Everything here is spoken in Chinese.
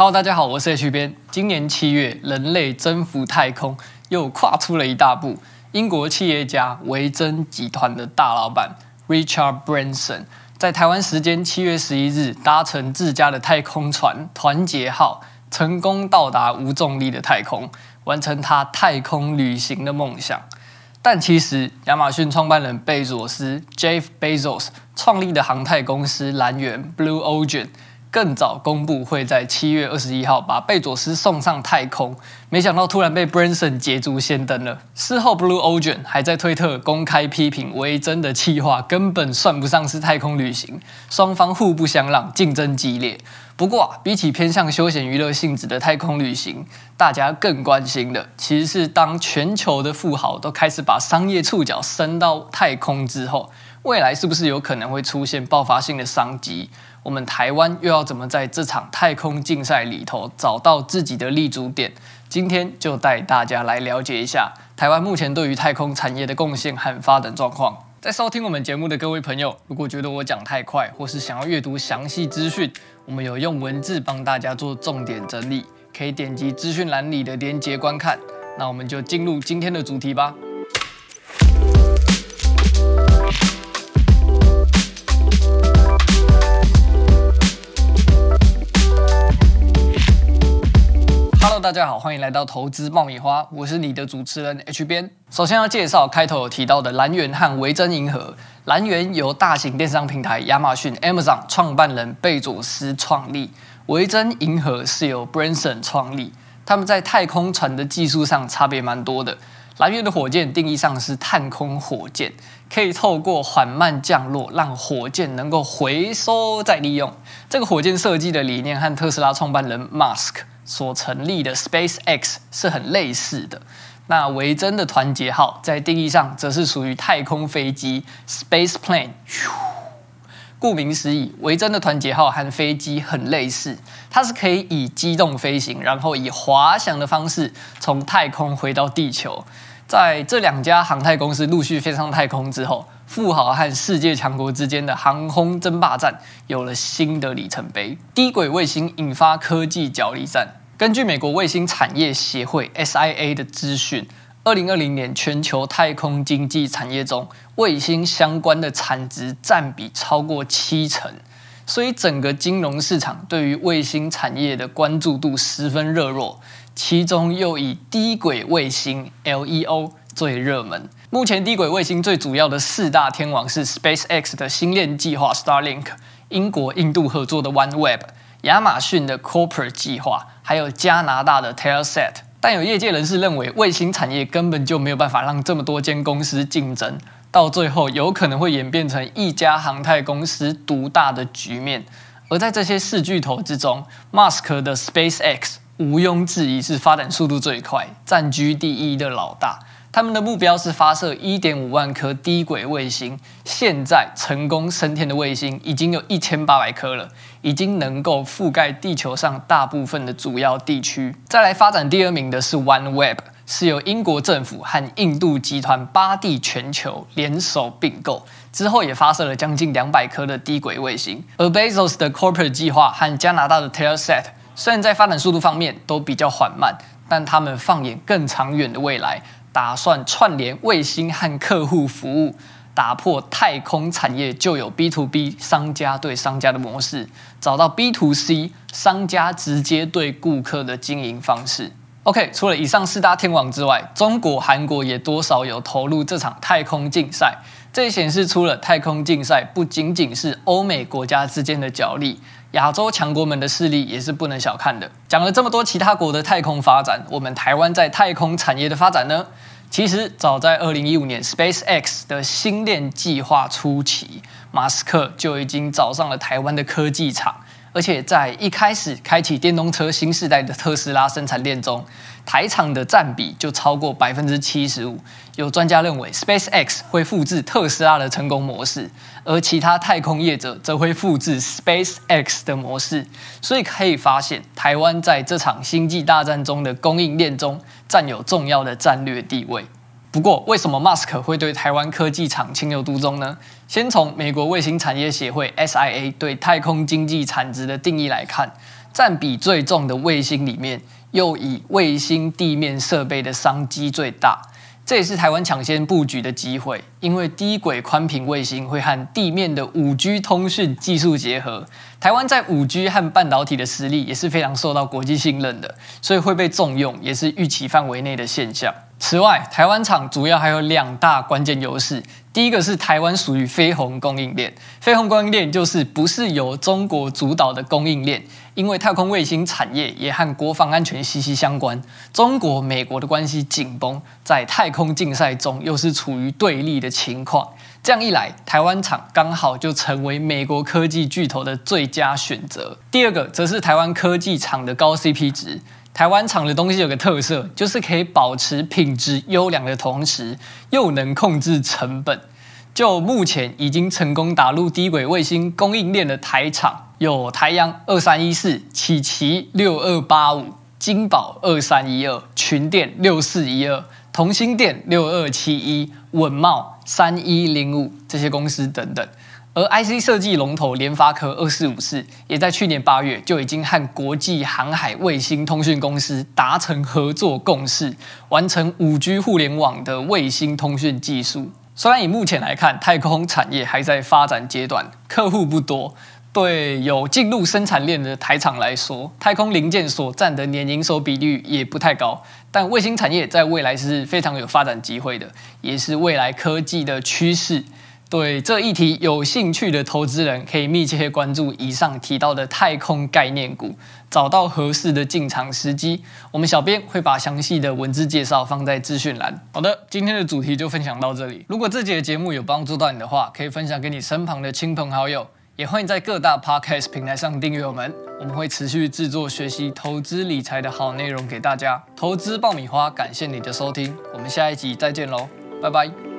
Hello， 大家好，我是 H 边。今年7月，人类征服太空又跨出了一大步。英国企业家维珍集团的大老板 Richard Branson 在台湾时间7月11日搭乘自家的太空船团结号，成功到达无重力的太空，完成他太空旅行的梦想。但其实，亚马逊创办人贝佐斯 Jeff Bezos 创立的航太公司蓝源 Blue Origin 更早公布会在7月21号把贝佐斯送上太空，没想到突然被 Branson 捷足先登了。事后 Blue Origin 还在推特公开批评维珍的企划根本算不上是太空旅行，双方互不相让，竞争激烈。不过比起偏向休闲娱乐性质的太空旅行，大家更关心的其实是当全球的富豪都开始把商业触角伸到太空之后，未来是不是有可能会出现爆发性的商机？我们台湾又要怎么在这场太空竞赛里头找到自己的立足点？今天就带大家来了解一下台湾目前对于太空产业的贡献和发展状况。在收听我们节目的各位朋友，如果觉得我讲太快，或是想要阅读详细资讯，我们有用文字帮大家做重点整理，可以点击资讯栏里的连结观看。那我们就进入今天的主题吧。Hello， 大家好，欢迎来到投资爆米花，我是你的主持人 H 边。首先要介绍开头有提到的蓝源和维珍银河。蓝源由大型电商平台亚马逊 Amazon 创办人贝佐斯创立，维珍银河是由 Branson 创立。他们在太空船的技术上差别蛮多的。蓝源的火箭定义上是探空火箭，可以透过缓慢降落，让火箭能够回收再利用。这个火箭设计的理念和特斯拉创办人 Musk 所成立的 SpaceX 是很类似的。那维珍的团结号在定义上则是属于太空飞机 Space Plane。顾名思义，维珍的团结号和飞机很类似，它是可以以机动飞行，然后以滑翔的方式从太空回到地球。在这两家航太公司陆续飞上太空之后，富豪和世界强国之间的航空争霸战有了新的里程碑。低轨卫星引发科技角力战。根据美国卫星产业协会 SIA 的资讯，2020年全球太空经济产业中，卫星相关的产值占比超过70%，所以整个金融市场对于卫星产业的关注度十分热络，其中又以低轨卫星 LEO 最热门。目前低轨卫星最主要的4大天王是 SpaceX 的星链计划 Starlink、英国印度合作的 OneWeb、亚马逊的 Kuiper 计划，还有加拿大的 Telesat。但有业界人士认为，卫星产业根本就没有办法让这么多间公司竞争，到最后有可能会演变成一家航太公司独大的局面。而在这些4巨头之中 ，Musk 的 SpaceX 毋庸置疑是发展速度最快、占据第一的老大。他们的目标是发射 1.5 万颗低轨卫星，现在成功升天的卫星已经有1800颗了，已经能够覆盖地球上大部分的主要地区。再来发展第2名的是 OneWeb， 是由英国政府和印度集团巴蒂全球联手并购，之后也发射了将近200颗的低轨卫星。而 Bezos 的 Kuiper 计划和加拿大的 Telesat 虽然在发展速度方面都比较缓慢，但他们放眼更长远的未来，打算串联卫星和客户服务，打破太空产业就有 B2B 商家对商家的模式，找到 B2C 商家直接对顾客的经营方式。OK， 除了以上4大天王之外，中国、韩国也多少有投入这场太空竞赛。这也显示出了太空竞赛不仅仅是欧美国家之间的角力，亚洲强国们的势力也是不能小看的。讲了这么多其他国的太空发展，我们台湾在太空产业的发展呢？其实早在2015年 SpaceX 的星链计划初期，马斯克就已经找上了台湾的科技厂，而且在一开始开启电动车新世代的特斯拉生产链中，台厂的占比就超过75%。有专家认为 SpaceX 会复制特斯拉的成功模式，而其他太空业者则会复制 SpaceX 的模式。所以可以发现，台湾在这场星际大战中的供应链中占有重要的战略地位。不过，为什么 Musk 会对台湾科技厂情有独钟呢？先从美国卫星产业协会 SIA 对太空经济产值的定义来看， 占比最重的卫星里面，又以卫星地面设备的商机最大。这也是台湾抢先布局的机会，因为低轨宽频卫星会和地面的5G 通讯技术结合。台湾在5G 和半导体的实力也是非常受到国际信任的，所以会被重用，也是预期范围内的现象。此外，台湾厂主要还有2大关键优势。第一个是台湾属于非鸿供应链，非鸿供应链就是不是由中国主导的供应链，因为太空卫星产业也和国防安全息息相关。中国、美国的关系紧绷，在太空竞赛中又是处于对立的情况。这样一来，台湾厂刚好就成为美国科技巨头的最佳选择。第二个则是台湾科技厂的高 CP 值。台湾厂的东西有个特色，就是可以保持品质优良的同时，又能控制成本。就目前已经成功打入低轨卫星供应链的台厂，有台阳2314、启奇6285、金宝2312、群电6412、同心电6271、稳懋3105这些公司等等。而 IC 设计龙头联发科2454也在去年8月就已经和国际航海卫星通讯公司达成合作共识，完成5G 互联网的卫星通讯技术。虽然以目前来看，太空产业还在发展阶段，客户不多，对有进入生产链的台厂来说，太空零件所占的年营收比率也不太高。但卫星产业在未来是非常有发展机会的，也是未来科技的趋势。对这议题有兴趣的投资人，可以密切关注以上提到的太空概念股，找到合适的进场时机。我们小编会把详细的文字介绍放在资讯栏。好的，今天的主题就分享到这里。如果这节的节目有帮助到你的话，可以分享给你身旁的亲朋好友，也欢迎在各大 podcast 平台上订阅我们。我们会持续制作学习投资理财的好内容给大家。投资爆米花，感谢你的收听，我们下一集再见喽，拜拜。